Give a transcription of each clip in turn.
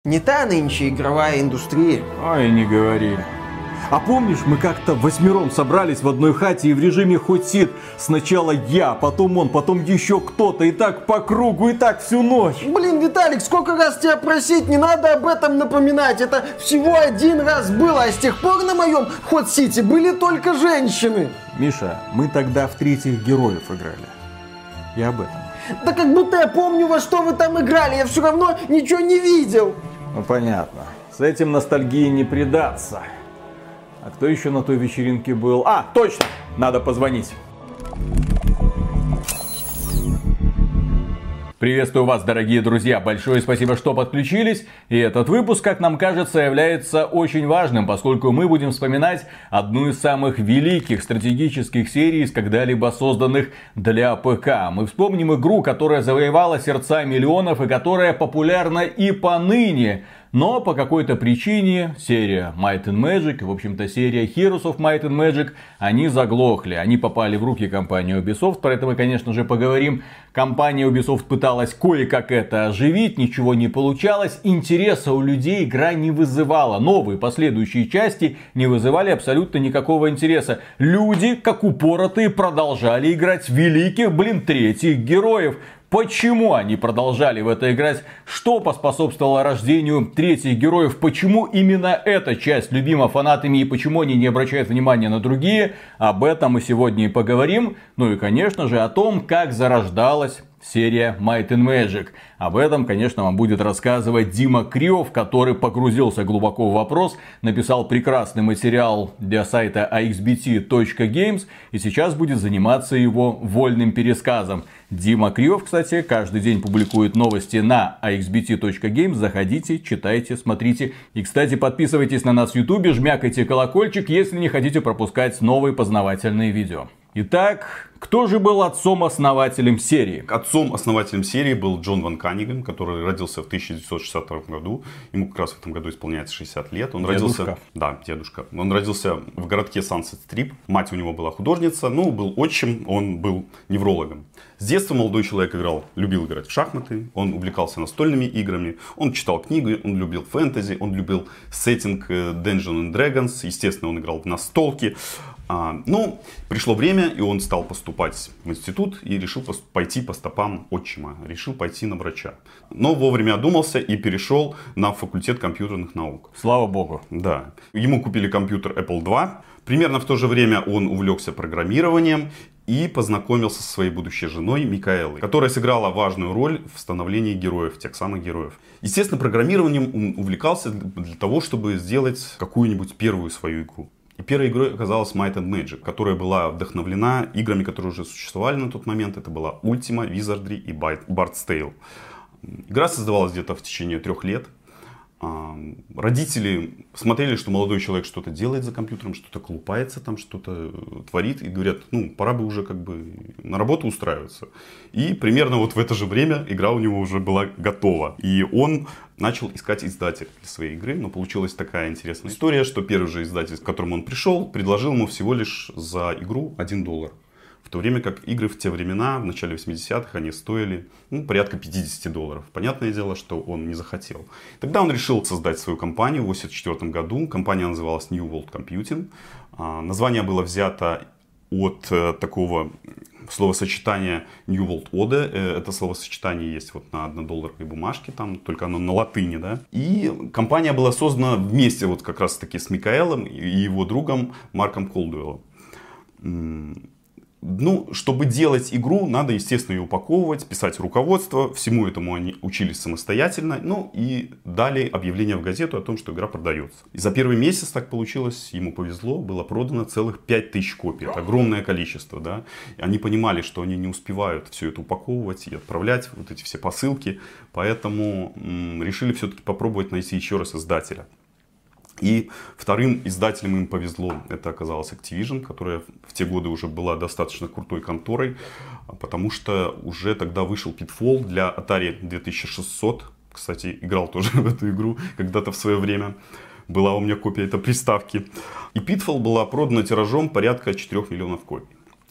Не та нынче игровая индустрия. Ой, не говори. А помнишь, мы как-то восьмером собрались в одной хате и в режиме хоть сид. Сначала я, потом он, потом еще кто-то. И так по кругу, и так всю ночь. Блин, Виталик, сколько раз тебя просить, не надо об этом напоминать. Это всего один раз было, а с тех пор на моем Hot-City были только женщины. Миша, мы тогда в третьих героев играли. Я об этом. Да как будто я помню, во что вы там играли, я все равно ничего не видел. Ну понятно. С этим ностальгии не предаться. А кто еще на той вечеринке был? А, точно! Надо позвонить. Приветствую вас, дорогие друзья. Большое спасибо, что подключились. И этот выпуск, как нам кажется, является очень важным, поскольку мы будем вспоминать одну из самых великих стратегических серий, когда-либо созданных для ПК. Мы вспомним игру, которая завоевала сердца миллионов и которая популярна и поныне. Но по какой-то причине серия Might and Magic, в общем-то серия Heroes of Might and Magic, они заглохли. Они попали в руки компании Ubisoft, про это мы, конечно же, поговорим. Компания Ubisoft пыталась кое-как это оживить, ничего не получалось. Интереса у людей игра не вызывала. Новые последующие части не вызывали абсолютно никакого интереса. Люди, как упоротые, продолжали играть в великих, третьих героев. Почему они продолжали в это играть? Что поспособствовало рождению третьих героев? Почему именно эта часть любима фанатами и почему они не обращают внимания на другие? Об этом мы сегодня и поговорим. Ну и, конечно же, о том, как зарождалась серия Might and Magic. Об этом, конечно, вам будет рассказывать Дима Криов, который погрузился глубоко в вопрос, написал прекрасный материал для сайта axbt.games и сейчас будет заниматься его вольным пересказом. Дима Криов, кстати, каждый день публикует новости на axbt.games. Заходите, читайте, смотрите. И, кстати, подписывайтесь на нас в YouTube, жмякайте колокольчик, если не хотите пропускать новые познавательные видео. Итак, кто же был отцом-основателем серии? Отцом-основателем серии был Джон Ван Канниган, который родился в 1962 году. Ему как раз в этом году исполняется 60 лет. Он родился... Да, дедушка. Он родился в городке Сансет-Стрип. Мать у него была художница, был отчим, он был неврологом. С детства молодой человек любил играть в шахматы, он увлекался настольными играми, он читал книги, он любил фэнтези, он любил сеттинг Dungeons and Dragons, естественно, он играл в настолки. Пришло время, и он стал поступать в институт и решил пойти по стопам отчима, решил пойти на врача. Но вовремя одумался и перешел на факультет компьютерных наук. Слава богу. Да. Ему купили компьютер Apple II. Примерно в то же время он увлекся программированием и познакомился со своей будущей женой Микаэлой, которая сыграла важную роль в становлении героев, тех самых героев. Естественно, программированием он увлекался для того, чтобы сделать какую-нибудь первую свою игру. И первой игрой оказалась Might and Magic, которая была вдохновлена играми, которые уже существовали на тот момент. Это была Ultima, Wizardry и Bard's Tale. Игра создавалась где-то в течение 3 лет. Родители смотрели, что молодой человек что-то делает за компьютером, что-то колупается там, что-то творит. И говорят, пора бы уже на работу устраиваться. И примерно вот в это же время игра у него уже была готова. И он начал искать издателя для своей игры. Но получилась такая интересная история, что первый же издатель, к которому он пришел, предложил ему всего лишь за игру $1. В то время как игры в те времена, в начале 80-х, они стоили порядка $50. Понятное дело, что он не захотел. Тогда он решил создать свою компанию в 1984 году. Компания называлась New World Computing. Название было взято от такого словосочетания New World Order. Это словосочетание есть вот на $1 бумажке, только оно на латыни. Да? И компания была создана вместе как раз таки с Микаэлом и его другом Марком Колдуэллом. Чтобы делать игру, надо, естественно, ее упаковывать, писать руководство. Всему этому они учились самостоятельно. И дали объявление в газету о том, что игра продается. И за первый месяц так получилось, ему повезло, было продано целых 5000 копий. Это огромное количество. Да? И они понимали, что они не успевают все это упаковывать и отправлять, вот эти все посылки. Поэтому решили все-таки попробовать найти еще раз издателя. И вторым издателем им повезло, это оказалась Activision, которая в те годы уже была достаточно крутой конторой, потому что уже тогда вышел Pitfall для Atari 2600. Кстати, играл тоже в эту игру когда-то в свое время. Была у меня копия этой приставки. И Pitfall была продана тиражом порядка 4 миллионов копий.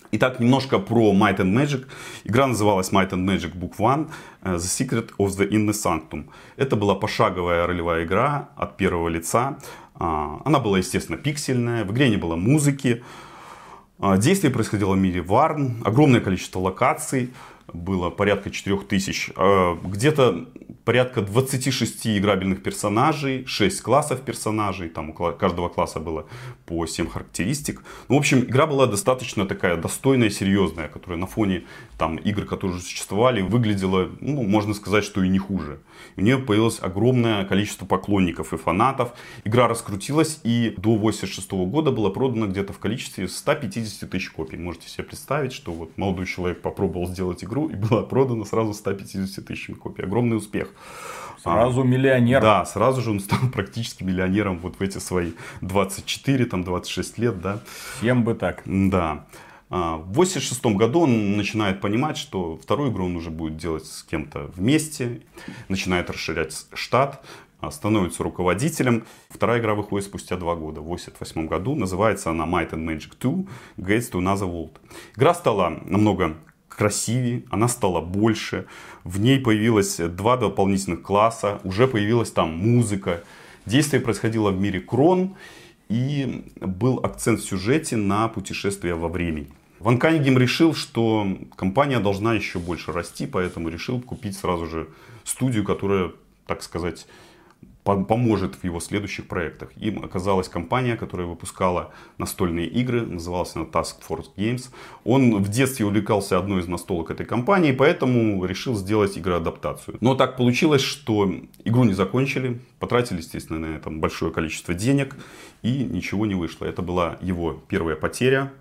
Итак, немножко про Might and Magic. Игра называлась Might and Magic Book One The Secret of the Inner Sanctum. Это была пошаговая ролевая игра от первого лица. Она была, естественно, пиксельная. В игре не было музыки. Действие происходило в мире Варн. Огромное количество локаций. Было порядка 4000. Где-то порядка 26 играбельных персонажей. 6 классов персонажей. Там у каждого класса было по 7 характеристик. Ну, в общем, игра была достаточно такая достойная, серьезная. Которая на фоне там, игр, которые уже существовали, выглядела, ну, можно сказать, что и не хуже. У нее появилось огромное количество поклонников и фанатов. Игра раскрутилась, и до 1986 года была продана где-то в количестве 150 тысяч копий. Можете себе представить, что вот молодой человек попробовал сделать игру, и была продана сразу 150 тысяч копий. Огромный успех. Сразу миллионер. Да, сразу же он стал практически миллионером вот в эти свои 24, там 26 лет, да. Всем бы так. Да. В 1986 году он начинает понимать, что вторую игру он уже будет делать с кем-то вместе. Начинает расширять штат, становится руководителем. Вторая игра выходит спустя 2 года, в 1988 году. Называется она Might and Magic 2 Gates to Another World. Игра стала намного красивее, она стала больше. В ней появилось 2 дополнительных класса, уже появилась там музыка. Действие происходило в мире Крон, и был акцент в сюжете на путешествия во времени. Ван Каннигем решил, что компания должна еще больше расти, поэтому решил купить сразу же студию, которая, так сказать, поможет в его следующих проектах. Им оказалась компания, которая выпускала настольные игры, называлась она Task Force Games. Он в детстве увлекался одной из настолок этой компании, поэтому решил сделать игроадаптацию. Но так получилось, что игру не закончили, потратили, естественно, на это большое количество денег, и ничего не вышло. Это была его первая потеря.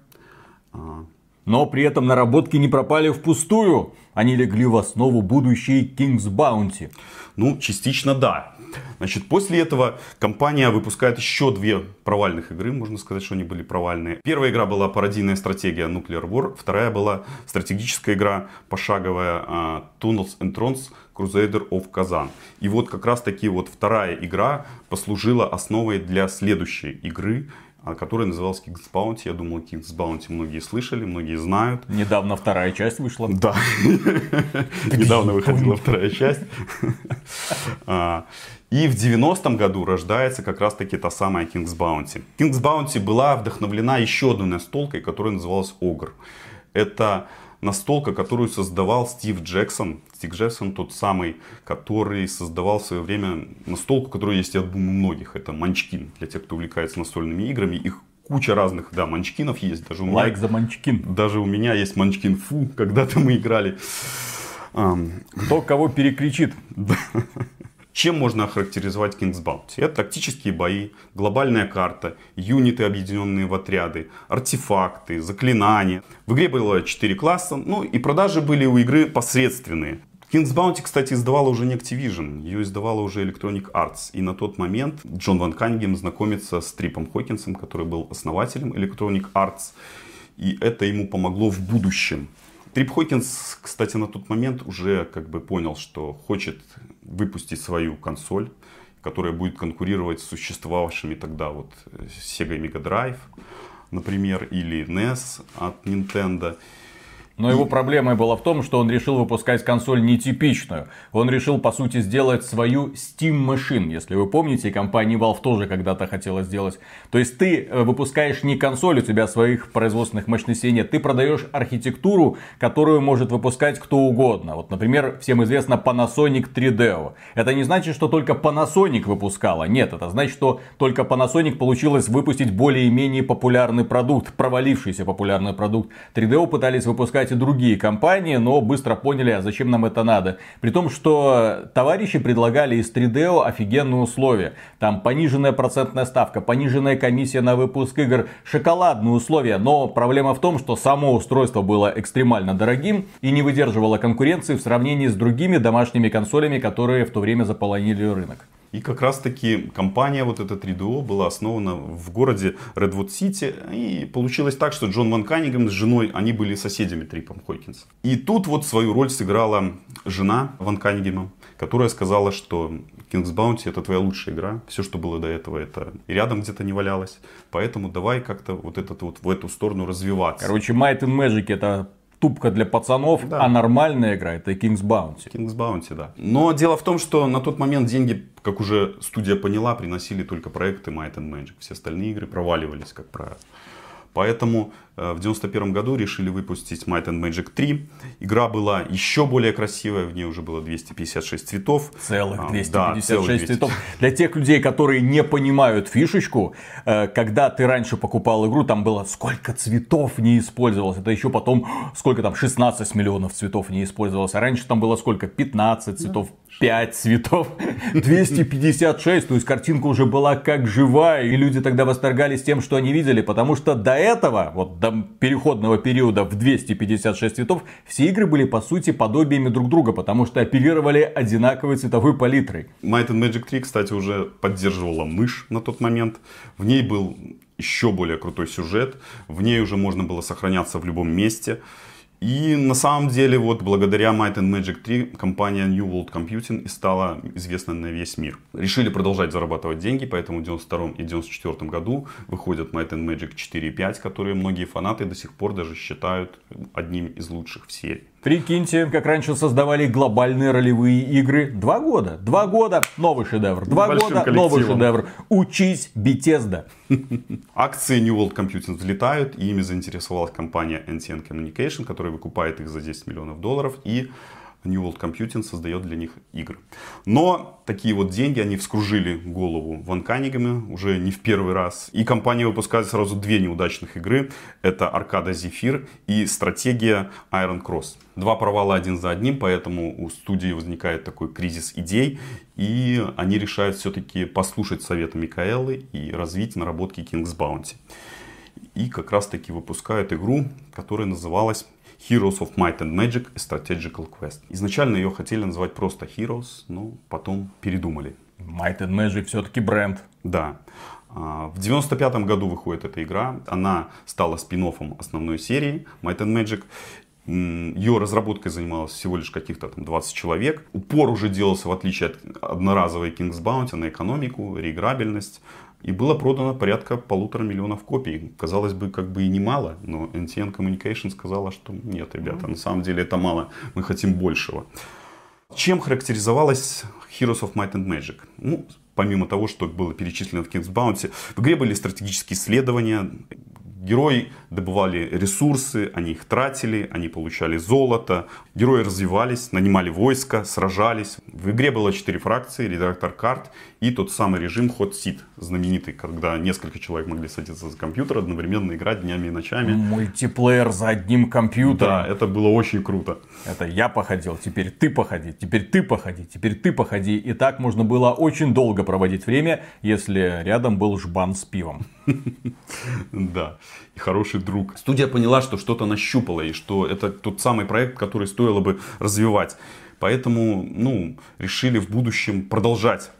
Но при этом наработки не пропали впустую. Они легли в основу будущей King's Bounty. Ну, частично да. Значит, после этого компания выпускает еще 2 провальных игры. Можно сказать, что они были провальные. Первая игра была пародийная стратегия Nuclear War. Вторая была стратегическая игра пошаговая Tunnels and Thrones Crusader of Kazan. И вот как раз таки вот вторая игра послужила основой для следующей игры, которая называлась King's Bounty. Я думал, King's Bounty многие слышали, многие знают. Недавно 2-я часть вышла. Да, недавно выходила 2-я часть. И в 90-м году рождается как раз таки та самая King's Bounty. King's Bounty была вдохновлена еще одной настолкой, которая называлась Ogre. Это настолка, которую создавал Стив Джексон. Стив Джексон тот самый, который создавал в свое время настолку, которая есть, я думаю, у многих. Это Munchkin. Для тех, кто увлекается настольными играми. Их куча разных, да, манчкинов есть. Даже у меня, лайк за Munchkin. Даже у меня есть Munchkin Fu. Когда-то мы играли. Кто кого перекричит. Чем можно охарактеризовать King's Bounty? Это тактические бои, глобальная карта, юниты, объединенные в отряды, артефакты, заклинания. В игре было 4 класса, ну и продажи были у игры посредственные. King's Bounty, кстати, издавала уже не Activision, ее издавала уже Electronic Arts. И на тот момент Джон Ван Каннигем знакомится с Трипом Хокинсом, который был основателем Electronic Arts. И это ему помогло в будущем. Трип Хокинс, кстати, на тот момент уже как бы понял, что хочет выпустить свою консоль, которая будет конкурировать с существовавшими тогда вот Sega Mega Drive, например, или NES от Nintendo. Но его проблемой была в том, что он решил выпускать консоль нетипичную. Он решил, по сути, сделать свою Steam Machine. Если вы помните, компания Valve тоже когда-то хотела сделать. То есть ты выпускаешь не консоль, у тебя своих производственных мощностей нет. Ты продаешь архитектуру, которую может выпускать кто угодно. Вот, например, всем известно Panasonic 3DO. Это не значит, что только Panasonic выпускала. Нет, это значит, что только Panasonic получилось выпустить более-менее популярный продукт. Провалившийся популярный продукт. 3DO пытались выпускать и другие компании, но быстро поняли, а зачем нам это надо. При том, что товарищи предлагали из 3DO офигенные условия. Там пониженная процентная ставка, пониженная комиссия на выпуск игр, шоколадные условия. Но проблема в том, что само устройство было экстремально дорогим и не выдерживало конкуренции в сравнении с другими домашними консолями, которые в то время заполонили рынок. И как раз таки компания, вот эта 3DO, была основана в городе Редвуд-Сити. И получилось так, что Джон Ван Каннигем с женой, они были соседями Трипом Хокинса. И тут вот свою роль сыграла жена Ван Каннигема, которая сказала, что King's Bounty это твоя лучшая игра. Все, что было до этого, это и рядом где-то не валялось. Поэтому давай как-то вот в эту сторону развиваться. Короче, Might and Magic это тупка для пацанов, да. А нормальная игра это King's Bounty. King's Bounty, да. Но дело в том, что на тот момент деньги, как уже студия поняла, приносили только проекты Might and Magic. Все остальные игры проваливались, как правило. Поэтому в 91 году решили выпустить Might and Magic 3. Игра была еще более красивая, в ней уже было 256 цветов. Целых 256 да, целых цветов. Для тех людей, которые не понимают фишечку, когда ты раньше покупал игру, там было сколько цветов не использовалось. Это еще потом, сколько там, 16 миллионов цветов не использовалось. А раньше там было сколько? 15 цветов. 5 цветов, 256, то есть картинка уже была как живая, и люди тогда восторгались тем, что они видели, потому что до этого, вот до переходного периода в 256 цветов, все игры были по сути подобиями друг друга, потому что оперировали одинаковой цветовой палитрой. Might and Magic 3, кстати, уже поддерживала мышь на тот момент, в ней был еще более крутой сюжет, в ней уже можно было сохраняться в любом месте. И на самом деле, вот благодаря Might and Magic 3 компания New World Computing и стала известна на весь мир. Решили продолжать зарабатывать деньги, поэтому в 92 и 94 году выходят Might and Magic 4 и 5, которые многие фанаты до сих пор даже считают одним из лучших в серии. Прикиньте, как раньше создавали глобальные ролевые игры. 2 года. 2 года новый шедевр. 2 года новый шедевр. Учись, Bethesda. Акции New World Computing взлетают, и ими заинтересовалась компания NTN Communication, которая выкупает их за $10 миллионов, и New World Computing создает для них игры. Но такие вот деньги, они вскружили голову Ван Канигема уже не в первый раз. И компания выпускает сразу 2 неудачных игры. Это Аркада Zephyr и стратегия Iron Cross. 2 провала один за одним, поэтому у студии возникает такой кризис идей. И они решают все-таки послушать советы Микаэлы и развить наработки King's Bounty. И как раз таки выпускают игру, которая называлась Heroes of Might and Magic A Strategical Quest. Изначально ее хотели назвать просто Heroes, но потом передумали. Might and Magic все-таки бренд. Да. В 95 году выходит эта игра. Она стала спин-оффом основной серии Might and Magic. Ее разработкой занималось всего лишь каких-то там 20 человек. Упор уже делался, в отличие от одноразовой King's Bounty, на экономику, реиграбельность. И было продано порядка 1,5 миллиона копий. Казалось бы, как бы и немало, но NTN Communication сказала, что нет, ребята, на самом деле это мало, мы хотим большего. Чем характеризовалась Heroes of Might and Magic? Ну, помимо того, что было перечислено в King's Bounty, в игре были стратегические исследования. Герои добывали ресурсы, они их тратили, они получали золото. Герои развивались, нанимали войска, сражались. В игре было 4 фракции, редактор карт и тот самый режим Hot Seat, знаменитый, когда несколько человек могли садиться за компьютер, одновременно играть днями и ночами. Мультиплеер за одним компьютером. Да, это было очень круто. Это я походил, теперь ты походи, теперь ты походи, теперь ты походи. И так можно было очень долго проводить время, если рядом был жбан с пивом. Да, и хороший друг. Студия поняла, что что-то нащупала, и что это тот самый проект, который стоило бы развивать. Поэтому, решили в будущем продолжать.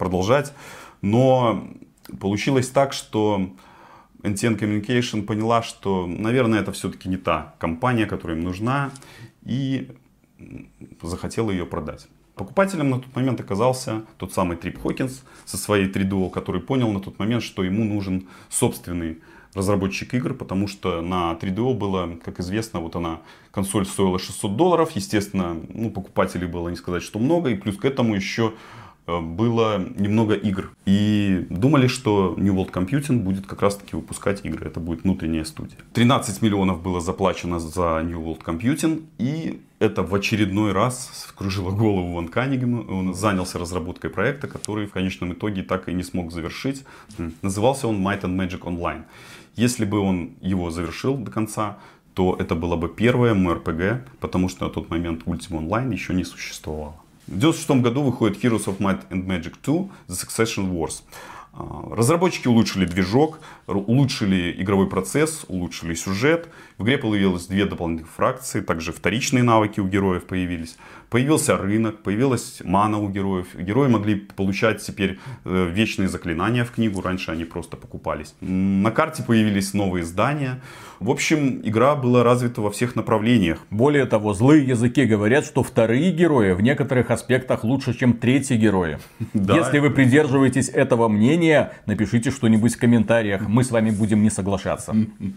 Но получилось так, что NTN Communication поняла, что, наверное, это все-таки не та компания, которая им нужна, и захотела ее продать. Покупателем на тот момент оказался тот самый Трип Хокинс со своей 3DO, который понял на тот момент, что ему нужен собственный разработчик игр, потому что на 3DO было, как известно, вот она, консоль стоила $600, естественно, покупателей было не сказать, что много, и плюс к этому еще было немного игр. И думали, что New World Computing будет как раз таки выпускать игры, это будет внутренняя студия. 13 миллионов было заплачено за New World Computing, и это в очередной раз вскружило голову Ван Канигему. Он занялся разработкой проекта, который в конечном итоге так и не смог завершить. Назывался он Might and Magic Online. Если бы он его завершил до конца, то это было бы первое MMORPG, потому что на тот момент Ultima Online еще не существовало. В 1996 году выходит Heroes of Might and Magic 2 The Succession Wars. Разработчики улучшили движок, улучшили игровой процесс, улучшили сюжет. В игре появилось 2 дополнительных фракции, также вторичные навыки у героев появились. Появился рынок, появилась мана у героев. Герои могли получать теперь вечные заклинания в книгу, раньше они просто покупались. На карте появились новые здания. В общем, игра была развита во всех направлениях. Более того, злые языки говорят, что вторые герои в некоторых аспектах лучше, чем третьи герои. Если вы придерживаетесь этого мнения, напишите что-нибудь в комментариях. Мы с вами будем не соглашаться.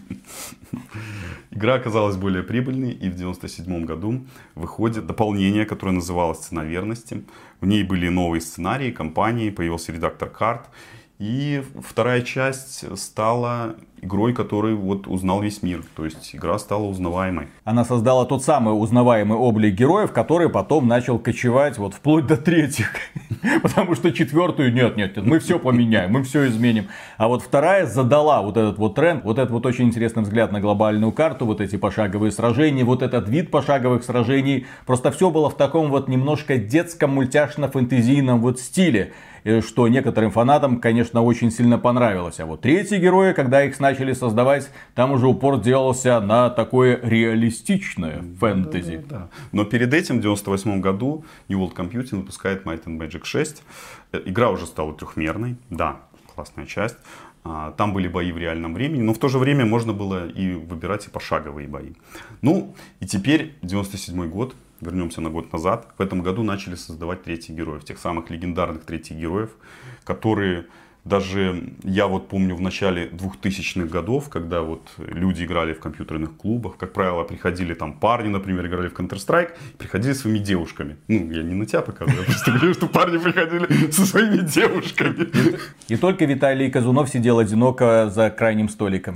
Игра оказалась более прибыльной, и в 1997 году выходит дополнение, которое называлось «Цена верности». В ней были новые сценарии, кампании, появился редактор карт. И вторая часть стала игрой, которую вот узнал весь мир. То есть игра стала узнаваемой. Она создала тот самый узнаваемый облик героев, который потом начал кочевать вот вплоть до третьих. Потому что четвертую нет, мы все поменяем, мы все изменим. А вот вторая задала вот этот вот тренд, вот этот вот очень интересный взгляд на глобальную карту, вот эти пошаговые сражения, вот этот вид пошаговых сражений. Просто все было в таком вот немножко детском мультяшно-фэнтезийном вот стиле. Что некоторым фанатам, конечно, очень сильно понравилось. А вот третьи герои, когда их начали создавать, там уже упор делался на такое реалистичное фэнтези. Да. Но перед этим, в 1998 году, New World Computing выпускает Might and Magic 6. Игра уже стала трехмерной. Да, классная часть. Там были бои в реальном времени, но в то же время можно было и выбирать и пошаговые бои. Ну, и теперь 97 год. Вернемся на год назад. В этом году начали создавать третьих героев. Тех самых легендарных третьих героев, которые даже я вот помню в начале 2000-х годов, когда вот люди играли в компьютерных клубах, как правило, приходили там парни, например, играли в Counter-Strike, приходили со своими девушками. Ну, я не на тебя показываю, я просто говорю, что парни приходили со своими девушками. И только Виталий Казунов сидел одиноко за крайним столиком.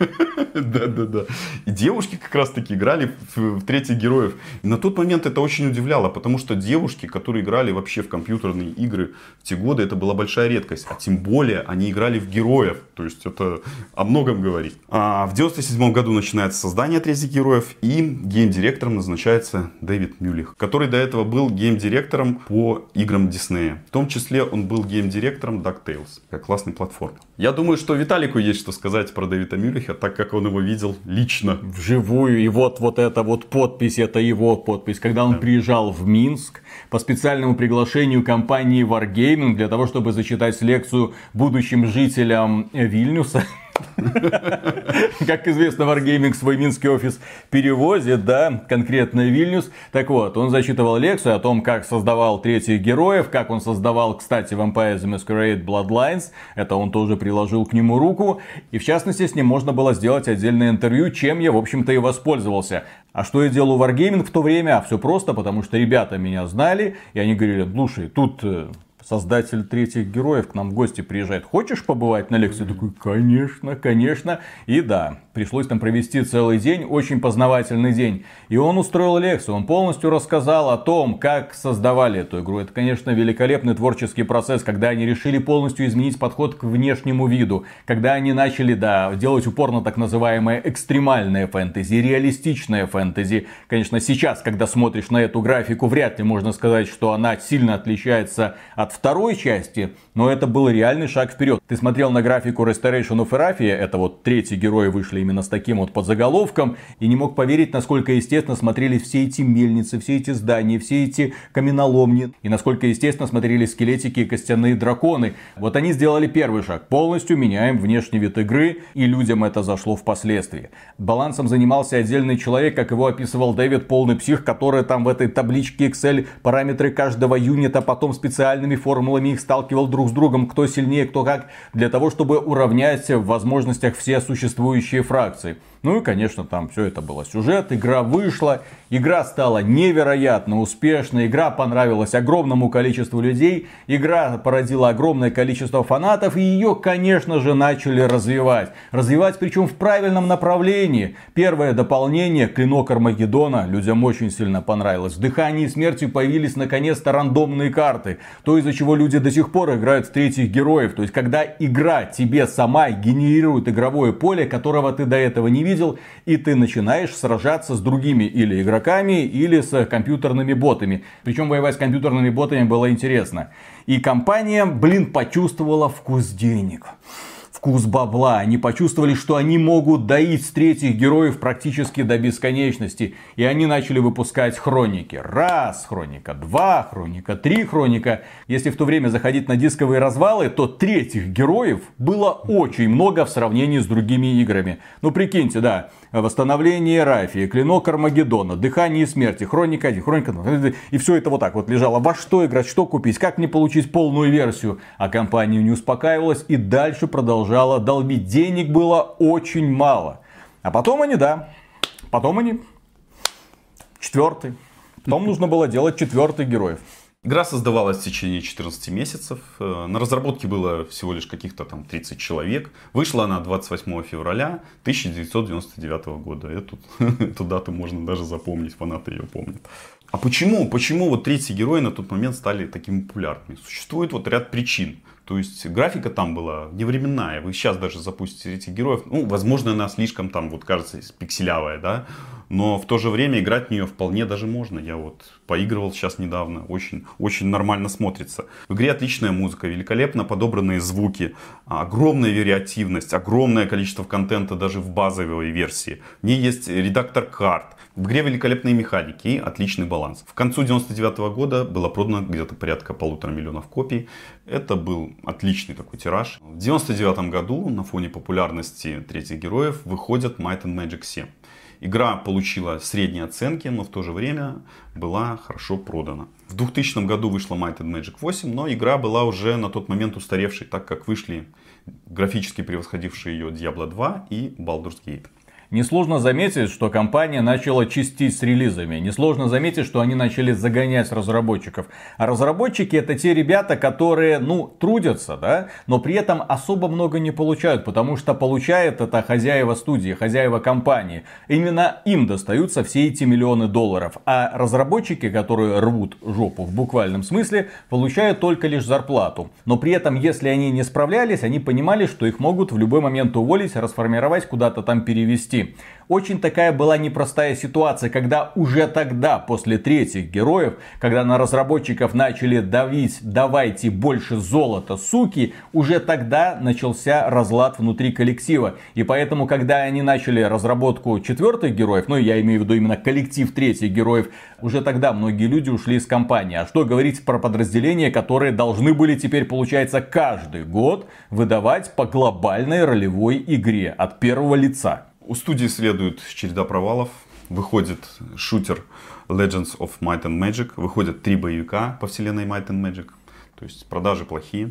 Да. И девушки как раз таки играли в третьих героев. И на тот момент это очень удивляло, потому что девушки, которые играли вообще в компьютерные игры в те годы, это была большая редкость. А тем более они играли в героев. То есть это о многом говорит. А в 97 году начинается создание третьих героев, и гейм-директором назначается Дэвид Мюллих, который до этого был гейм-директором по играм Диснея. В том числе он был гейм-директором DuckTales. Как классный платформер. Я думаю, что Виталику есть что сказать про Дэвида Мюллиха, так как он его видел лично. Вживую. И вот эта вот подпись, это его подпись. Когда он приезжал в Минск по специальному приглашению компании Wargaming для того, чтобы зачитать лекцию будущим жителям Вильнюса. Как известно, Wargaming свой минский офис перевозит, да, конкретно Вильнюс. Так вот, он зачитывал лекцию о том, как создавал третьих героев, как он создавал, кстати, Vampire the Masquerade Bloodlines. Это он тоже приложил к нему руку. И в частности, с ним можно было сделать отдельное интервью, чем я, в общем-то, и воспользовался. А что я делал у Wargaming в то время? Все просто, потому что ребята меня знали, и они говорили: слушай, тут создатель третьих героев к нам в гости приезжает. Хочешь побывать на лекции? Я такой: конечно. И да, пришлось там провести целый день, очень познавательный день. И он устроил лекцию, он полностью рассказал о том, как создавали эту игру. Это, конечно, великолепный творческий процесс, когда они решили полностью изменить подход к внешнему виду. Когда они начали, да, делать упор на так называемое экстремальное фэнтези, реалистичное фэнтези. Конечно, сейчас, когда смотришь на эту графику, вряд ли можно сказать, что она сильно отличается от второй части, но это был реальный шаг вперед. Ты смотрел на графику Restoration of Earthia, это вот третьи герои вышли именно с таким вот подзаголовком, и не мог поверить, насколько естественно смотрелись все эти мельницы, все эти здания, все эти каменоломни, и насколько естественно смотрелись скелетики и костяные драконы. Вот они сделали первый шаг, полностью меняем внешний вид игры, и людям это зашло впоследствии. Балансом занимался отдельный человек, как его описывал Дэвид, полный псих, который там в этой табличке Excel параметры каждого юнита потом специальными формулами их сталкивал друг с другом, кто сильнее, кто как, для того, чтобы уравнять в возможностях все существующие фракции. Ну и, конечно, там все это было сюжет, игра вышла, игра стала невероятно успешной, игра понравилась огромному количеству людей, игра породила огромное количество фанатов, и ее, конечно же, начали развивать. Развивать причем в правильном направлении. Первое дополнение, Клинок Армагеддона, людям очень сильно понравилось. В Дыхании Смерти появились наконец-то рандомные карты. То есть из-за чего люди до сих пор играют в третьих героев. То есть, когда игра тебе сама генерирует игровое поле, которого ты до этого не видел, и ты начинаешь сражаться с другими или игроками, или с компьютерными ботами. Причем воевать с компьютерными ботами было интересно. И компания, почувствовала вкус денег. Вкус бабла. Они почувствовали, что они могут доить с третьих героев практически до бесконечности. И они начали выпускать хроники. 1, хроника 2, хроника 3, хроника. Если в то время заходить на дисковые развалы, то третьих героев было очень много в сравнении с другими играми. Ну прикиньте, да. Восстановление Рафии, Клинок Армагеддона, Дыхание смерти, Хроника 1, Хроника 2. И все это вот так вот лежало. Во что играть, что купить, как мне получить полную версию. А компания не успокаивалась и дальше продолжала долбить. Денег было очень мало. А потом они, четвертый. Потом нужно было делать 4 героев. Игра создавалась в течение 14 месяцев. На разработке было всего лишь каких-то там 30 человек. Вышла она 28 февраля 1999 года. Эту дату можно даже запомнить, фанаты ее помнят. А почему вот третьи герои на тот момент стали такими популярными? Существует вот ряд причин. То есть графика там была невременная. Вы сейчас даже запустите этих героев. Ну, возможно, она слишком там, вот кажется, пикселявая, да. Но в то же время играть в нее вполне даже можно. Я вот поигрывал сейчас недавно. Очень, очень нормально смотрится. В игре отличная музыка, великолепно подобранные звуки, огромная вариативность, огромное количество контента даже в базовой версии. В ней есть редактор карт. В игре великолепные механики и отличный баланс. В концу 1999 года было продано где-то порядка 1,5 миллиона копий. Это был отличный такой тираж. В 1999 году на фоне популярности третьих героев выходит Might and Magic 7. Игра получила средние оценки, но в то же время была хорошо продана. В 2000 году вышла Might and Magic 8, но игра была уже на тот момент устаревшей, так как вышли графически превосходившие ее Diablo 2 и Baldur's Gate. Несложно заметить, что компания начала чистить с релизами. Несложно заметить, что они начали загонять разработчиков. А разработчики это те ребята, которые, трудятся, да, но при этом особо много не получают, потому что получают это хозяева студии, хозяева компании. Именно им достаются все эти миллионы долларов. А разработчики, которые рвут жопу в буквальном смысле, получают только лишь зарплату. Но при этом, если они не справлялись, они понимали, что их могут в любой момент уволить, расформировать, куда-то там перевести. Очень такая была непростая ситуация, когда уже тогда, после третьих героев, когда на разработчиков начали давить, давайте больше золота, суки, уже тогда начался разлад внутри коллектива. И поэтому, когда они начали разработку 4 героев, я имею в виду именно коллектив третьих героев, уже тогда многие люди ушли из компании. А что говорить про подразделения, которые должны были теперь, получается, каждый год выдавать по глобальной ролевой игре от первого лица. У студии следует череда провалов. Выходит шутер Legends of Might and Magic. Выходят 3 боевика по вселенной Might and Magic. То есть продажи плохие.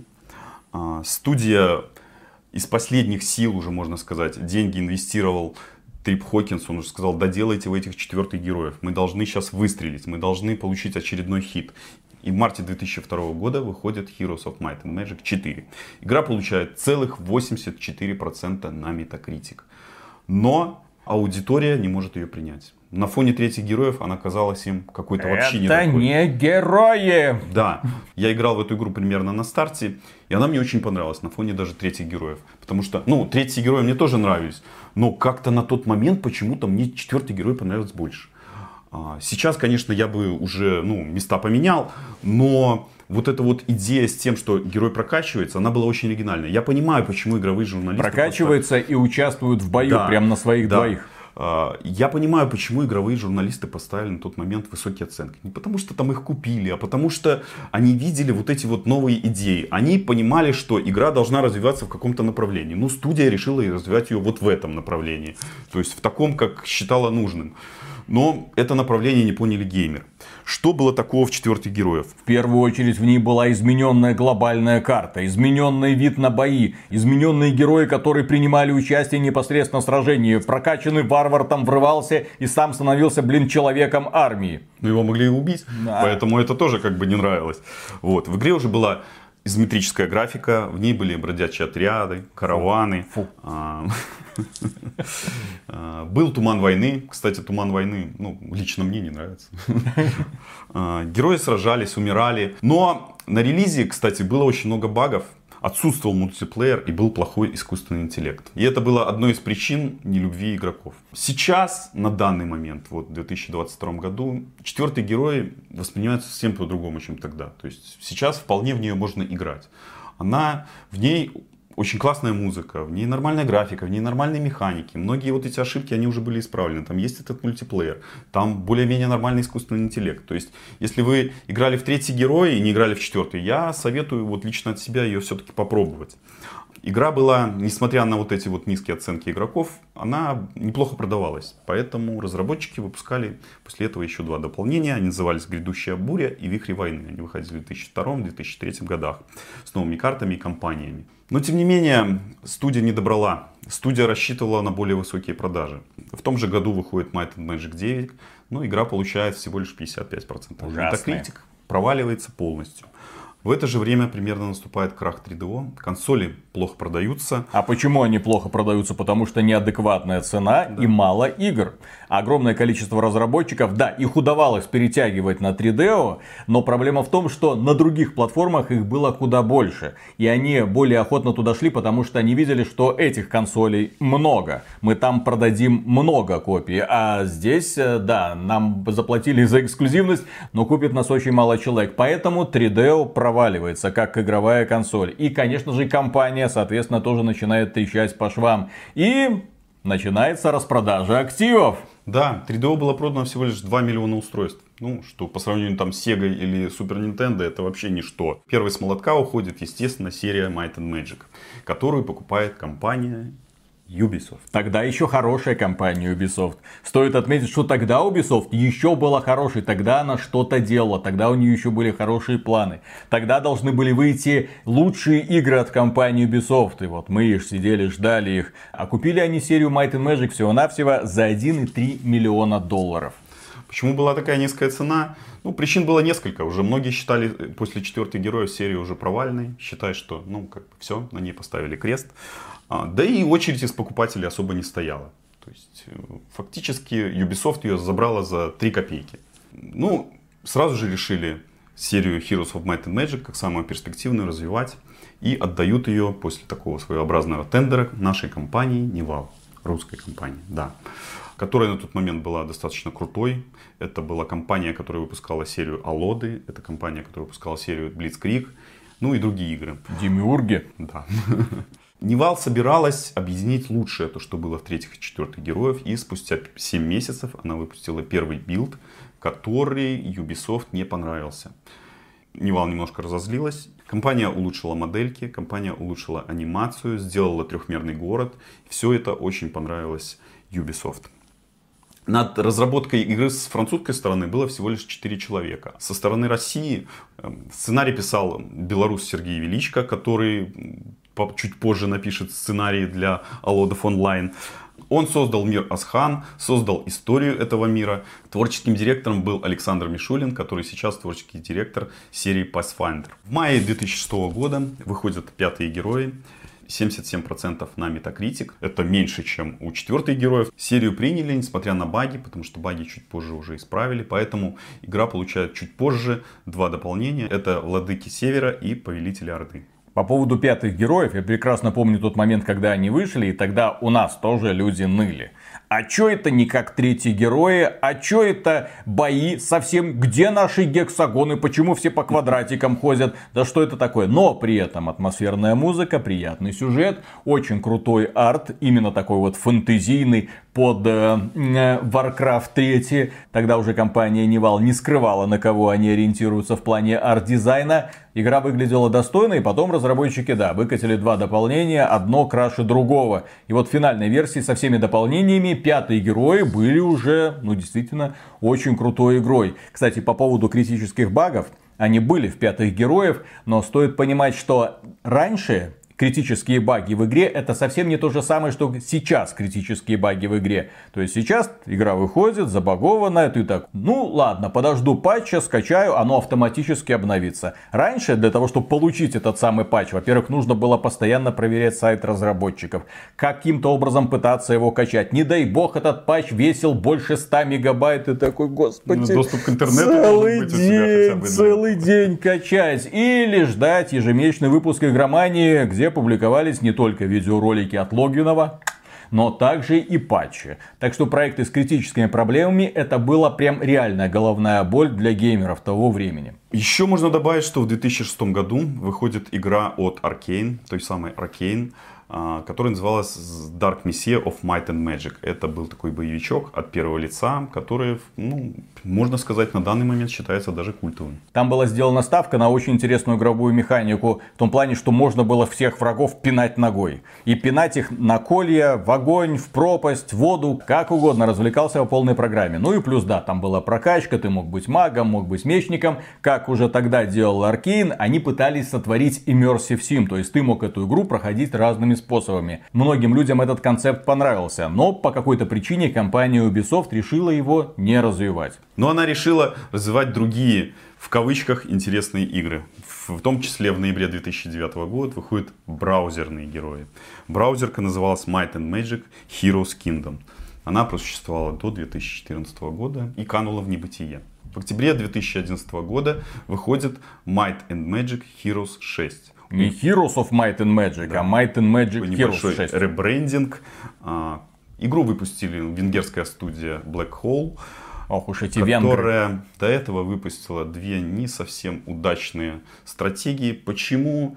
Студия из последних сил, уже можно сказать, деньги инвестировал Трип Хокинс. Он уже сказал, доделайте вы этих 4 героев. Мы должны сейчас выстрелить. Мы должны получить очередной хит. И в марте 2002 года выходит Heroes of Might and Magic 4. Игра получает целых 84% на Metacritic. Но аудитория не может ее принять. На фоне третьих героев она казалась им какой-то вообще не такой. Это не герои! Да, я играл в эту игру примерно на старте, и она мне очень понравилась на фоне даже третьих героев. Потому что, третьи герои мне тоже нравились, но как-то на тот момент почему-то мне 4 герой понравился больше. Сейчас, конечно, я бы уже места поменял, но вот эта вот идея с тем, что герой прокачивается, она была очень оригинальная. Я понимаю, почему игровые журналисты... Прокачивается и участвуют в бою, да, прям на своих двоих. Я понимаю, почему игровые журналисты поставили на тот момент высокие оценки. Не потому что там их купили, а потому что они видели вот эти вот новые идеи. Они понимали, что игра должна развиваться в каком-то направлении. Студия решила развивать ее вот в этом направлении. То есть в таком, как считала нужным. Но это направление не поняли геймеры. Что было такого в 4 героев? В первую очередь в ней была измененная глобальная карта, измененный вид на бои, измененные герои, которые принимали участие непосредственно в сражении. Прокачанный варвар там врывался и сам становился, человеком армии. Его могли и убить, да. Поэтому это тоже не нравилось. В игре уже была изометрическая графика, в ней были бродячие отряды, караваны. Был Туман войны. Кстати, Туман войны, лично мне не нравится. Герои сражались, умирали. Но на релизе, кстати, было очень много багов. Отсутствовал мультиплеер и был плохой искусственный интеллект. И это было одной из причин нелюбви игроков. Сейчас, на данный момент, в 2022 году, 4-й герой воспринимается совсем по-другому, чем тогда. То есть сейчас вполне в нее можно играть. В ней очень классная музыка, в ней нормальная графика, в ней нормальные механики. Многие эти ошибки, они уже были исправлены. Там есть этот мультиплеер, там более-менее нормальный искусственный интеллект. То есть, если вы играли в 3-й герой и не играли в 4-й, я советую лично от себя ее все-таки попробовать. Игра была, несмотря на эти низкие оценки игроков, она неплохо продавалась. Поэтому разработчики выпускали после этого еще 2 дополнения. Они назывались «Грядущая буря» и «Вихри войны». Они выходили в 2002-2003 годах с новыми картами и кампаниями. Но, тем не менее, студия не добрала. Студия рассчитывала на более высокие продажи. В том же году выходит Might and Magic 9, но игра получает всего лишь 55%. Metacritic проваливается полностью. В это же время примерно наступает крах 3DO. Консоли плохо продаются. А почему они плохо продаются? Потому что неадекватная цена и мало игр. Огромное количество разработчиков, их удавалось перетягивать на 3DO, но проблема в том, что на других платформах их было куда больше. И они более охотно туда шли, потому что они видели, что этих консолей много. Мы там продадим много копий. А здесь, нам заплатили за эксклюзивность, но купит нас очень мало человек. Поэтому 3DO проваливается как игровая консоль. И, конечно же, компания, соответственно, тоже начинает трещать по швам. И начинается распродажа активов. Да, 3DO было продано всего лишь 2 миллиона устройств. Что по сравнению с Sega или Super Nintendo, это вообще ничто. Первой с молотка уходит, естественно, серия Might and Magic, которую покупает компания Ubisoft. Тогда еще хорошая компания Ubisoft. Стоит отметить, что тогда Ubisoft еще была хорошей. Тогда она что-то делала. Тогда у нее еще были хорошие планы. Тогда должны были выйти лучшие игры от компании Ubisoft. И мы сидели, ждали их. А купили они серию Might and Magic всего-навсего за 1,3 миллиона долларов. Почему была такая низкая цена? Причин было несколько. Уже многие считали после 4-й героя серию уже провальной. Считая, что все, на ней поставили крест. Да и очередь из покупателей особо не стояла. То есть, фактически, Ubisoft ее забрала за 3 копейки. Сразу же решили серию Heroes of Might and Magic как самую перспективную развивать. И отдают ее после такого своеобразного тендера нашей компании Nival. Русской компании, которая на тот момент была достаточно крутой. Это была компания, которая выпускала серию Алоды. Это компания, которая выпускала серию Blitzkrieg. И другие игры. Демиурги. Да. Nival собиралась объединить лучшее, то, что было в 3-х и 4-х героев. И спустя 7 месяцев она выпустила первый билд, который Ubisoft не понравился. Nival немножко разозлилась. Компания улучшила модельки, компания улучшила анимацию, сделала 3-мерный город. Все это очень понравилось Ubisoft. Над разработкой игры с французской стороны было всего лишь 4 человека. Со стороны России сценарий писал белорус Сергей Величко, который чуть позже напишет сценарий для Алодов Онлайн. Он создал мир Асхан, создал историю этого мира. Творческим директором был Александр Мишулин, который сейчас творческий директор серии Pathfinder. В мае 2006 года выходят 5-е герои. 77% на Metacritic. Это меньше, чем у 4-х героев. Серию приняли, несмотря на баги, потому что баги чуть позже уже исправили. Поэтому игра получает чуть позже 2 дополнения. Это Владыки Севера и Повелители Орды. По поводу 5-х героев, я прекрасно помню тот момент, когда они вышли, и тогда у нас тоже люди ныли. А чё это не как 3-е герои? А чё это бои совсем? Где наши гексагоны? Почему все по квадратикам ходят? Да что это такое? Но при этом атмосферная музыка, приятный сюжет, очень крутой арт, именно такой фэнтезийный под Warcraft 3. Тогда уже компания Nival не скрывала, на кого они ориентируются в плане арт-дизайна. Игра выглядела достойно, и потом разработчики, выкатили 2 дополнения, одно краше другого. И в финальной версии со всеми дополнениями 5-е герои были уже, действительно, очень крутой игрой. Кстати, по поводу критических багов, они были в 5-х героев, но стоит понимать, что раньше критические баги в игре, это совсем не то же самое, что сейчас критические баги в игре. То есть сейчас игра выходит, забагованная, ты так, ну ладно, подожду патча, скачаю, оно автоматически обновится. Раньше для того, чтобы получить этот самый патч, во-первых, нужно было постоянно проверять сайт разработчиков, каким-то образом пытаться его качать. Не дай бог этот патч весил больше 100 мегабайт, и такой, господи, доступ к интернету целый день качать. Или ждать ежемесячный выпуск Игромании, где публиковались не только видеоролики от Логвинова, но также и патчи. Так что проекты с критическими проблемами это была прям реальная головная боль для геймеров того времени. Еще можно добавить, что в 2006 году выходит игра от Arkane, той самой Arkane, которая называлась Dark Messiah of Might and Magic. Это был такой боевичок от первого лица, который, ну, можно сказать, на данный момент считается даже культовым. Там была сделана ставка на очень интересную игровую механику, в том плане, что можно было всех врагов пинать ногой. И пинать их на колья, в огонь, в пропасть, в воду, как угодно, развлекался по полной программе. Ну и плюс, да, там была прокачка, ты мог быть магом, мог быть мечником. Как уже тогда делал Arkane, они пытались сотворить Immersive Sim, то есть ты мог эту игру проходить разными способами. Многим людям этот концепт понравился, но по какой-то причине компания Ubisoft решила его не развивать. Но она решила развивать другие, в кавычках, интересные игры. В том числе в ноябре 2009 года выходят браузерные герои. Браузерка называлась Might and Magic Heroes Kingdom. Она просуществовала до 2014 года и канула в небытие. В октябре 2011 года выходит Might and Magic Heroes 6. Не Heroes of Might and Magic, да, а Might and Magic Heroes 6. Ребрендинг. Игру выпустили венгерская студия Black Hole, ох уж эти которая венгры. До этого выпустила две не совсем удачные стратегии. Почему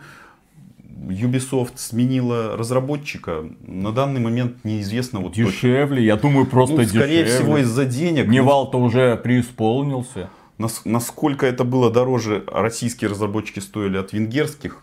Ubisoft сменила разработчика, на данный момент неизвестно. Вот дешевле, точно. Я думаю, просто дешевле. Скорее всего, из-за денег. Невал-то уже преисполнился. Насколько это было дороже, российские разработчики стоили от венгерских,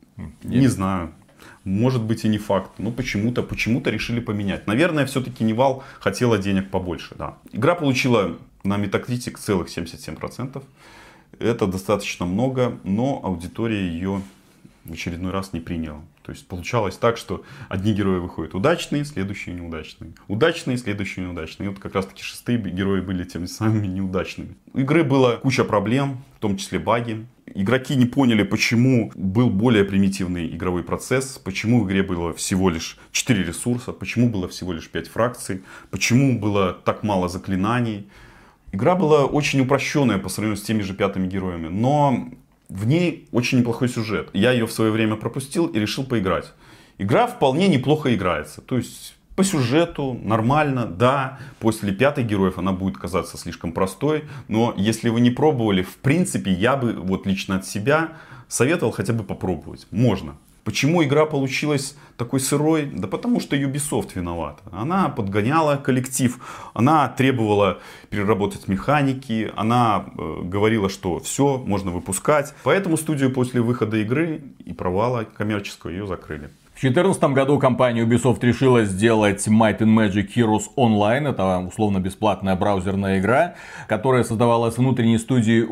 не знаю. Может быть и не факт, но почему-то решили поменять. Наверное, все-таки Невал хотела денег побольше. Да. Игра получила на Metacritic целых 77%. Это достаточно много, но аудитория ее в очередной раз не приняла. То есть получалось так, что одни герои выходят удачные, следующие неудачные. Удачные, следующие неудачные. И вот как раз таки шестые герои были теми самыми неудачными. У игры была куча проблем, в том числе баги. Игроки не поняли, почему был более примитивный игровой процесс, почему в игре было всего лишь 4 ресурса, почему было всего лишь 5 фракций, почему было так мало заклинаний. Игра была очень упрощенная по сравнению с теми же пятыми героями, но в ней очень неплохой сюжет. Я ее в свое время пропустил и решил поиграть. Игра вполне неплохо играется. То есть по сюжету нормально, да. После пятой героев она будет казаться слишком простой. Но если вы не пробовали, в принципе, я бы вот лично от себя советовал хотя бы попробовать. Можно. Почему игра получилась такой сырой? Да потому что Ubisoft виновата. Она подгоняла коллектив, она требовала переработать механики, она говорила, что все, можно выпускать. Поэтому студию после выхода игры и провала коммерческого ее закрыли. В 2014 году компания Ubisoft решила сделать Might and Magic Heroes Online. Это условно бесплатная браузерная игра, которая создавалась внутренней студией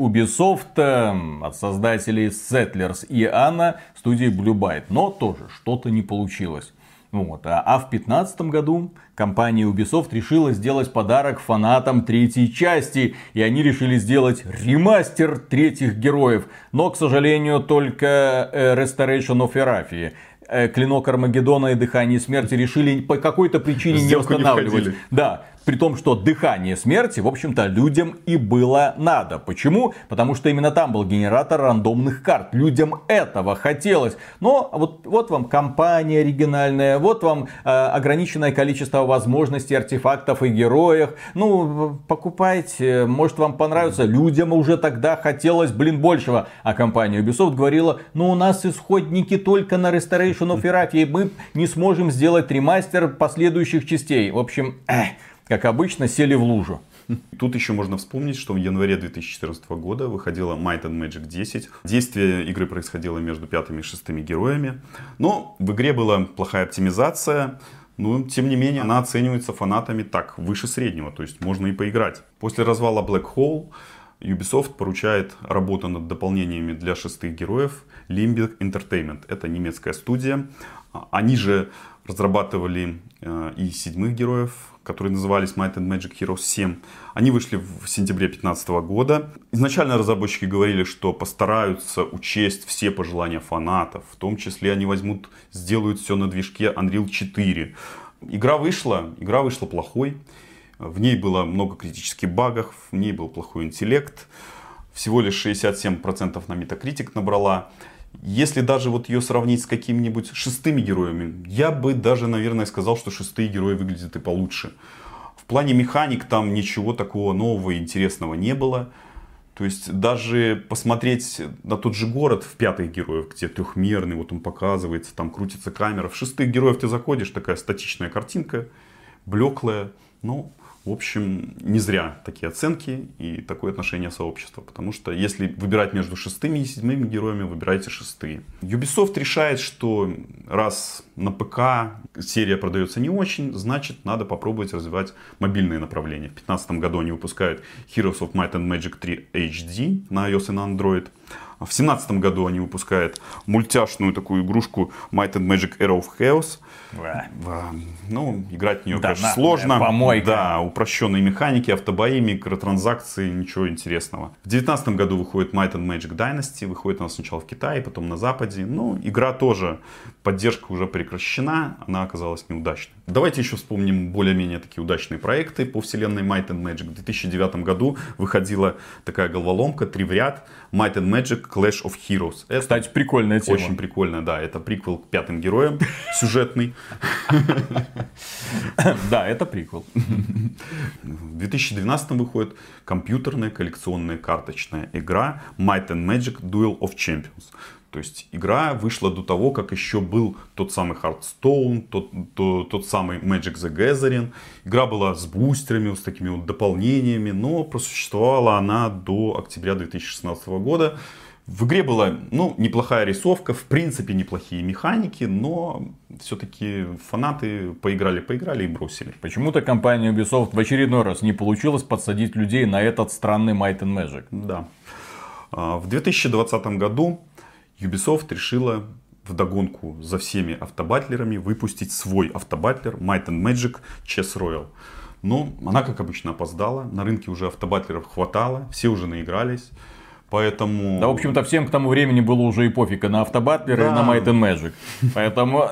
Ubisoft от создателей Settlers и Anna, студии Blue Byte. Но тоже что-то не получилось. Вот. А в 2015 году компания Ubisoft решила сделать подарок фанатам третьей части. И они решили сделать ремастер третьих героев. Но, к сожалению, только Restoration of Erathi. Клинок Армагеддона и Дыхание Смерти решили по какой-то причине не устанавливать. Да, при том, что Дыхание Смерти, в общем-то, людям и было надо. Почему? Потому что именно там был генератор рандомных карт. Людям этого хотелось. Но вот вам кампания оригинальная, вот вам ограниченное количество возможностей, артефактов и героев. Ну, покупайте, может вам понравится. Людям уже тогда хотелось, большего. А компания Ubisoft говорила, ну у нас исходники только на Restoration of Erathi, и мы не сможем сделать ремастер последующих частей. В общем, как обычно, сели в лужу. Тут еще можно вспомнить, что в январе 2014 года выходила Might and Magic 10. Действие игры происходило между пятыми и шестыми героями. Но в игре была плохая оптимизация. Но, тем не менее, она оценивается фанатами так, выше среднего. То есть можно и поиграть. После развала Black Hole Ubisoft поручает работу над дополнениями для шестых героев Limbic Entertainment. Это немецкая студия. Они же разрабатывали и седьмых героев, которые назывались Might and Magic Heroes 7. Они вышли в сентябре 2015 года. Изначально разработчики говорили, что постараются учесть все пожелания фанатов. В том числе они сделают все на движке Unreal 4. Игра вышла плохой. В ней было много критических багов, в ней был плохой интеллект. Всего лишь 67% на Metacritic набрала. Если даже вот ее сравнить с какими-нибудь шестыми героями, я бы даже, наверное, сказал, что шестые герои выглядят и получше. В плане механик там ничего такого нового и интересного не было. То есть даже посмотреть на тот же город в пятых героев, где трехмерный, вот он показывается, там крутится камера. В шестых героев ты заходишь, такая статичная картинка, блеклая, ну... В общем, не зря такие оценки и такое отношение сообщества. Потому что если выбирать между шестыми и седьмыми героями, выбирайте шестые. Ubisoft решает, что раз на ПК серия продается не очень, значит надо попробовать развивать мобильные направления. В 2015 году они выпускают Heroes of Might and Magic 3 HD на iOS и на Android. В 2017 году они выпускают мультяшную такую игрушку Might and Magic Arrow of Chaos. Ну, играть в нее, конечно, сложно. Помойка. Да, упрощенные механики, автобои, микротранзакции, ничего интересного. В 2019 году выходит Might and Magic Dynasty. Выходит она сначала в Китае, потом на Западе. Ну, игра тоже, поддержка уже прекращена. Она оказалась неудачной. Давайте еще вспомним более-менее такие удачные проекты по вселенной Might and Magic. В 2009 году выходила такая головоломка, 3 в ряд. Might and Magic Clash of Heroes. Это, кстати, прикольная тема. Очень прикольная, да. Это приквел к пятым героям, сюжетный. Да, это приквел. В 2012 выходит компьютерная коллекционная карточная игра Might and Magic Duel of Champions. То есть игра вышла до того, как еще был тот самый Hearthstone, тот самый Magic the Gathering. Игра была с бустерами, с такими вот дополнениями, но просуществовала она до октября 2016 года. В игре была, неплохая рисовка, в принципе неплохие механики, но все-таки фанаты поиграли и бросили. Почему-то компания Ubisoft в очередной раз не получилось подсадить людей на этот странный Might and Magic. Да. В 2020 году Ubisoft решила вдогонку за всеми автобатлерами выпустить свой автобатлер Might and Magic Chess Royale. Но она, как обычно, опоздала. На рынке уже автобатлеров хватало, все уже наигрались. Поэтому... Да, в общем-то, всем к тому времени было уже и пофиг и на автобатлеры, и на Might and Magic. Поэтому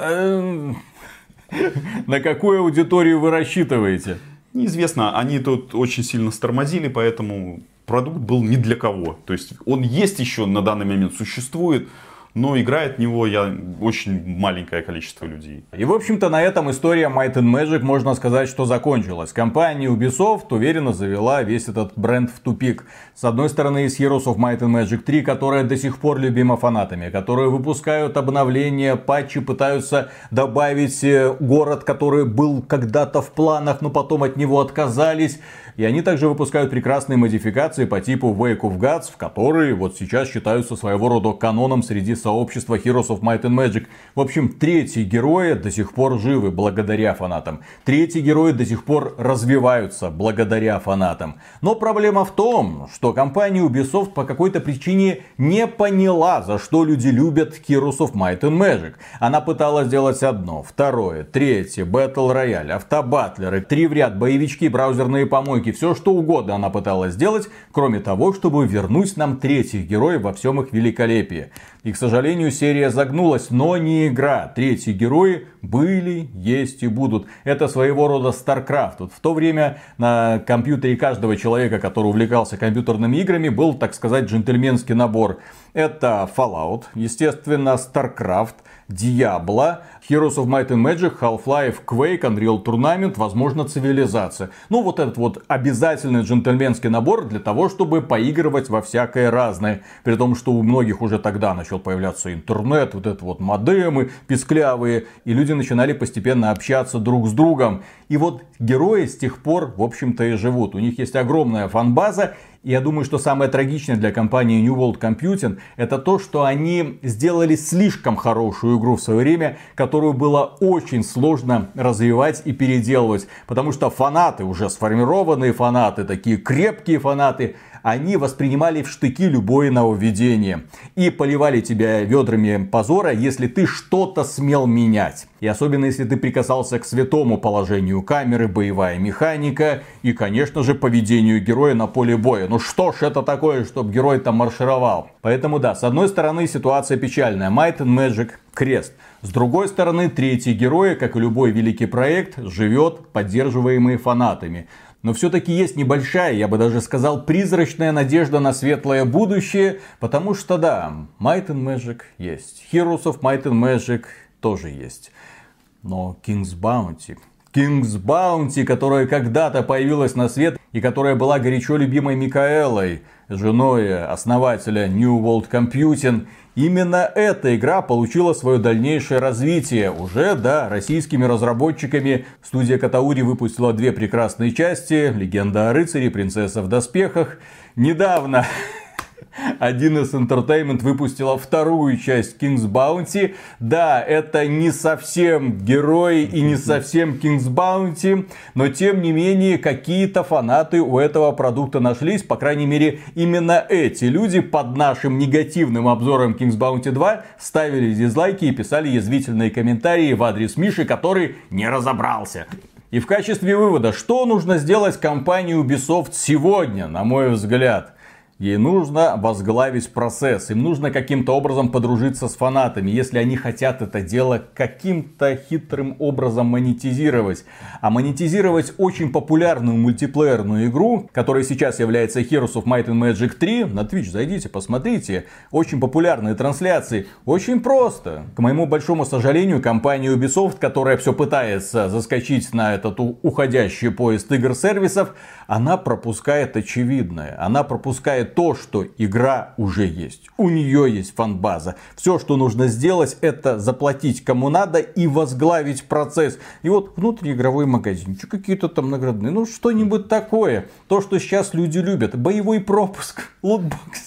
на какую аудиторию вы рассчитываете? Неизвестно. Они тут очень сильно стормозили, поэтому продукт был ни для кого. То есть он есть еще на данный момент, существует, но играет в него очень маленькое количество людей. И в общем-то на этом история Might and Magic, можно сказать, что закончилась. Компания Ubisoft уверенно завела весь этот бренд в тупик. С одной стороны из Heroes of Might and Magic 3, которая до сих пор любима фанатами, которые выпускают обновления, патчи, пытаются добавить город, который был когда-то в планах, но потом от него отказались. И они также выпускают прекрасные модификации по типу Wake of Gods, в которые вот сейчас считаются своего рода каноном среди сообщества Heroes of Might and Magic. В общем, третьи герои до сих пор живы благодаря фанатам. Третьи герои до сих пор развиваются благодаря фанатам. Но проблема в том, что компания Ubisoft по какой-то причине не поняла, за что люди любят Heroes of Might and Magic. Она пыталась сделать одно, второе, третье, Battle Royale, автобатлеры, 3 в ряд, боевички, браузерные помойки. Все что угодно она пыталась сделать, кроме того, чтобы вернуть нам третьих героев во всем их великолепии. И, к сожалению, серия загнулась, но не игра. Третьи герои были, есть и будут. Это своего рода StarCraft. Вот в то время на компьютере каждого человека, который увлекался компьютерными играми, был, так сказать, джентльменский набор. Это Fallout, естественно, StarCraft, Diablo, Heroes of Might and Magic, Half-Life, Quake, Unreal Tournament, возможно, Цивилизация. Ну, вот этот вот обязательный джентльменский набор для того, чтобы поигрывать во всякое разное. При том, что у многих уже тогда начал появляться интернет, вот это вот модемы писклявые, и люди начинали постепенно общаться друг с другом. И вот герои с тех пор, в общем-то, и живут. У них есть огромная фан-база. И я думаю, что самое трагичное для компании New World Computing это то, что они сделали слишком хорошую игру в свое время, которую было очень сложно развивать и переделывать. Потому что фанаты, уже сформированные фанаты, такие крепкие фанаты, они воспринимали в штыки любое нововведение. И поливали тебя ведрами позора, если ты что-то смел менять. И особенно если ты прикасался к святому положению камеры, боевая механика и, конечно же, поведению героя на поле боя. Ну что ж это такое, чтобы герой там маршировал? Поэтому да, с одной стороны ситуация печальная. Might and Magic крест. С другой стороны, третий герой, как и любой великий проект, живет, поддерживаемый фанатами. Но все-таки есть небольшая, я бы даже сказал, призрачная надежда на светлое будущее. Потому что да, Might and Magic есть. Heroes of Might and Magic тоже есть. Но King's Bounty, которая когда-то появилась на свет и которая была горячо любимой Микаэлой, женой основателя New World Computing, именно эта игра получила свое дальнейшее развитие. Уже, да, российскими разработчиками студия Катаури выпустила 2 прекрасные части. Легенда о рыцаре, принцесса в доспехах. Недавно 1С Entertainment выпустила 2-ю часть King's Bounty. Да, это не совсем герой и не совсем King's Bounty, но тем не менее какие-то фанаты у этого продукта нашлись. По крайней мере, именно эти люди под нашим негативным обзором King's Bounty 2 ставили дизлайки и писали язвительные комментарии в адрес Миши, который не разобрался. И в качестве вывода, что нужно сделать компании Ubisoft сегодня, на мой взгляд? Ей нужно возглавить процесс, им нужно каким-то образом подружиться с фанатами, если они хотят это дело каким-то хитрым образом монетизировать. А монетизировать очень популярную мультиплеерную игру, которая сейчас является Heroes of Might and Magic 3, на Twitch зайдите, посмотрите, очень популярные трансляции, очень просто. К моему большому сожалению, компания Ubisoft, которая все пытается заскочить на этот уходящий поезд игр-сервисов, она пропускает очевидное, она пропускает то, что игра уже есть. У нее есть фан-база. Все, что нужно сделать, это заплатить кому надо и возглавить процесс. И вот внутриигровой магазинчик, какие-то там наградные, ну что-нибудь такое. То, что сейчас люди любят. Боевой пропуск, лутбокс.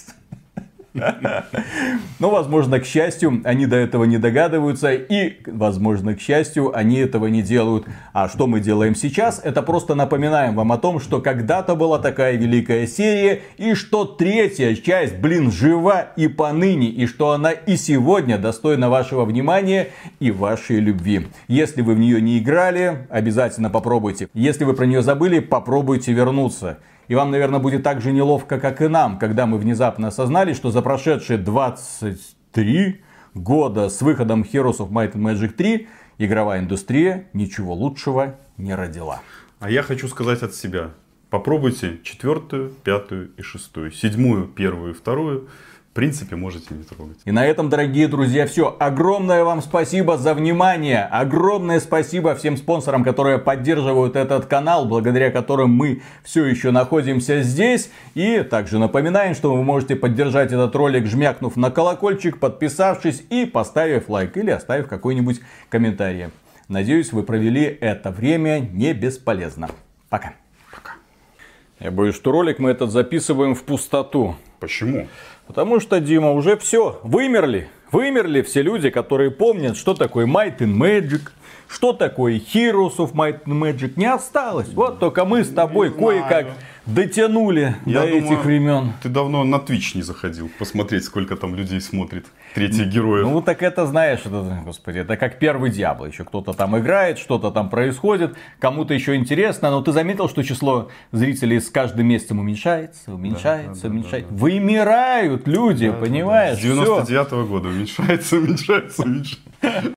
Но, возможно, к счастью, они до этого не догадываются. И, возможно, к счастью, они этого не делают. А что мы делаем сейчас? Это просто напоминаем вам о том, что когда-то была такая великая серия. И что 3-я часть, жива и поныне. И что она и сегодня достойна вашего внимания и вашей любви. Если вы в нее не играли, обязательно попробуйте. Если вы про нее забыли, попробуйте вернуться. И вам, наверное, будет так же неловко, как и нам, когда мы внезапно осознали, что за прошедшие 23 года с выходом Heroes of Might and Magic 3 игровая индустрия ничего лучшего не родила. А я хочу сказать от себя. Попробуйте 4-ю, 5-ю и 6-ю. 7-ю, 1-ю и 2-ю. В принципе, можете не трогать. И на этом, дорогие друзья, все. Огромное вам спасибо за внимание. Огромное спасибо всем спонсорам, которые поддерживают этот канал, благодаря которым мы все еще находимся здесь. И также напоминаем, что вы можете поддержать этот ролик, жмякнув на колокольчик, подписавшись и поставив лайк или оставив какой-нибудь комментарий. Надеюсь, вы провели это время не бесполезно. Пока. Я боюсь, что ролик мы этот записываем в пустоту. Почему? Потому что, Дима, уже все, вымерли. Вымерли все люди, которые помнят, что такое Might and Magic, что такое Heroes of Might and Magic. Не осталось. Вот только мы с тобой кое-как дотянули до этих времен. Ты давно на Twitch не заходил посмотреть, сколько там людей смотрит. 3-й героев. Ну так это, знаешь, господи, это как первый Диабло. Еще кто-то там играет, что-то там происходит, кому-то еще интересно. Но ты заметил, что число зрителей с каждым месяцем уменьшается. Вымирают люди, понимаешь? С 99-го года уменьшается.